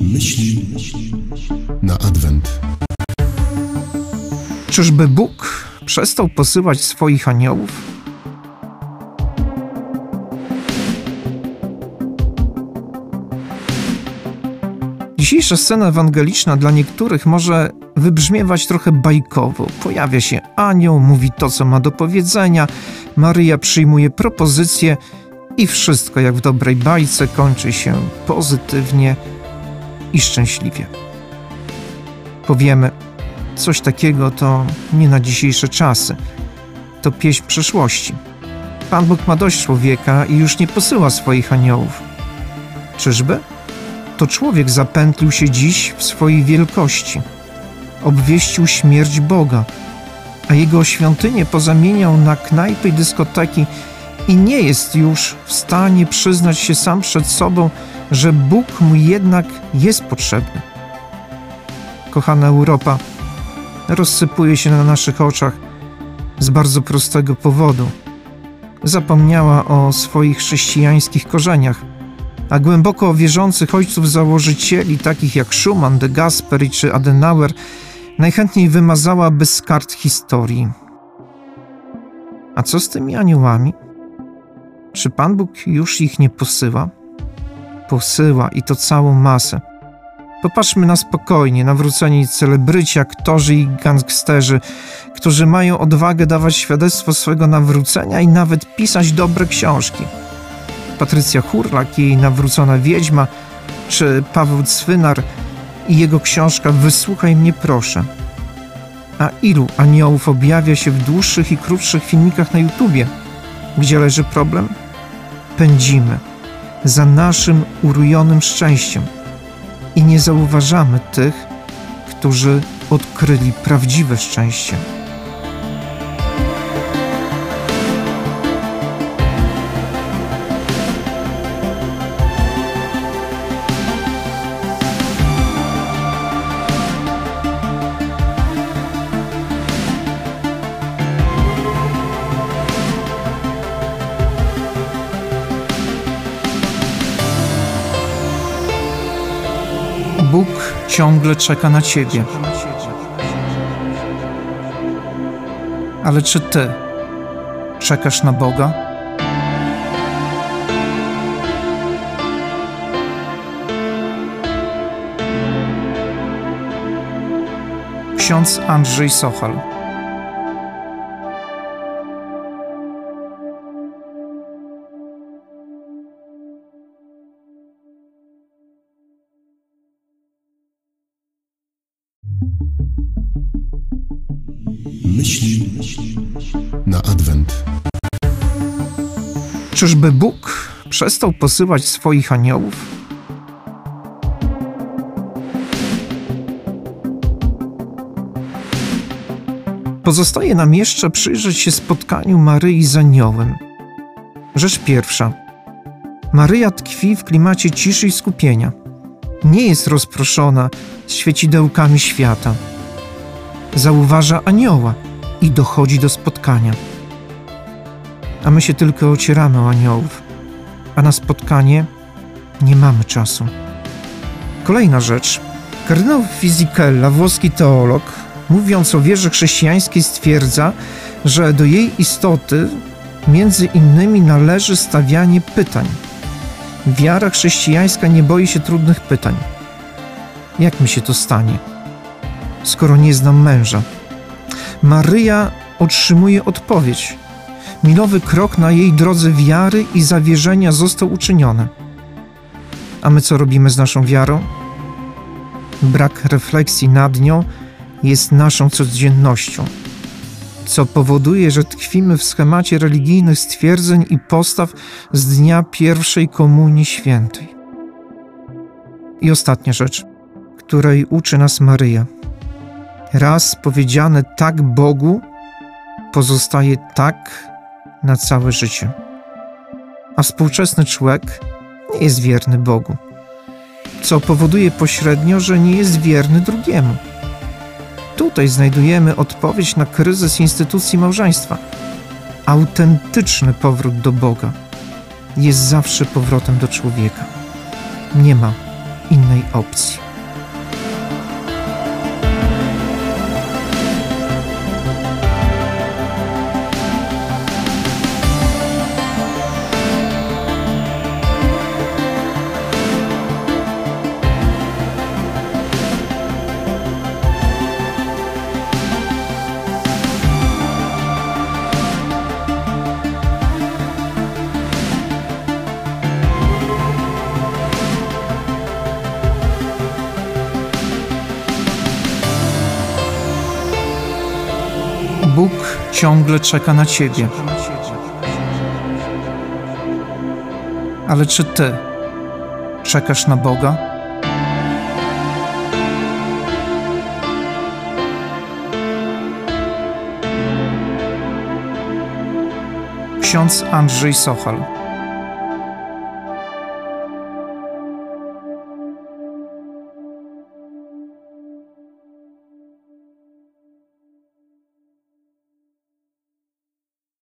Myśli na adwent. Czyżby Bóg przestał posyłać swoich aniołów? Dzisiejsza scena ewangeliczna dla niektórych może wybrzmiewać trochę bajkowo. Pojawia się anioł, mówi to, co ma do powiedzenia, Maryja przyjmuje propozycję i wszystko, jak w dobrej bajce, kończy się pozytywnie i szczęśliwie. Powiemy, coś takiego to nie na dzisiejsze czasy. To pieśń przeszłości. Pan Bóg ma dość człowieka i już nie posyła swoich aniołów. Czyżby? To człowiek zapętlił się dziś w swojej wielkości. Obwieścił śmierć Boga, a jego świątynię pozamieniał na knajpy i dyskoteki i nie jest już w stanie przyznać się sam przed sobą, że Bóg mu jednak jest potrzebny. Kochana Europa rozsypuje się na naszych oczach z bardzo prostego powodu. Zapomniała o swoich chrześcijańskich korzeniach, a głęboko wierzących ojców założycieli, takich jak Schumann, de Gasperi czy Adenauer, najchętniej wymazałaby z kart historii. A co z tymi aniołami? Czy Pan Bóg już ich nie posyła? Posyła i to całą masę. Popatrzmy na spokojnie, nawróceni celebryci, aktorzy i gangsterzy, którzy mają odwagę dawać świadectwo swego nawrócenia i nawet pisać dobre książki. Patrycja Hurlak i jej Nawrócona wiedźma, czy Paweł Cwynar i jego książka Wysłuchaj mnie proszę. A ilu aniołów objawia się w dłuższych i krótszych filmikach na YouTubie? Gdzie leży problem? Pędzimy za naszym urojonym szczęściem i nie zauważamy tych, którzy odkryli prawdziwe szczęście. Bóg ciągle czeka na Ciebie. Ale czy Ty czekasz na Boga? Ksiądz Andrzej Sochal. Myśli na adwent. Czyżby Bóg przestał posyłać swoich aniołów? Pozostaje nam jeszcze przyjrzeć się spotkaniu Maryi z aniołem. Rzecz pierwsza. Maryja tkwi w klimacie ciszy i skupienia. Nie jest rozproszona świecidełkami świata. Zauważa anioła i dochodzi do spotkania. A my się tylko ocieramy o aniołów, a na spotkanie nie mamy czasu. Kolejna rzecz. Kardynał Fisichella, włoski teolog, mówiąc o wierze chrześcijańskiej, stwierdza, że do jej istoty między innymi należy stawianie pytań. Wiara chrześcijańska nie boi się trudnych pytań. Jak mi się to stanie, skoro nie znam męża? Maryja otrzymuje odpowiedź. Milowy krok na jej drodze wiary i zawierzenia został uczyniony. A my co robimy z naszą wiarą? Brak refleksji nad nią jest naszą codziennością, co powoduje, że tkwimy w schemacie religijnych stwierdzeń i postaw z dnia pierwszej komunii świętej. I ostatnia rzecz, której uczy nas Maryja. Raz powiedziane tak Bogu pozostaje tak na całe życie. A współczesny człowiek nie jest wierny Bogu, co powoduje pośrednio, że nie jest wierny drugiemu. Tutaj znajdujemy odpowiedź na kryzys instytucji małżeństwa. Autentyczny powrót do Boga jest zawsze powrotem do człowieka. Nie ma innej opcji. Bóg ciągle czeka na ciebie. Ale czy ty czekasz na Boga? Ksiądz Andrzej Sochal.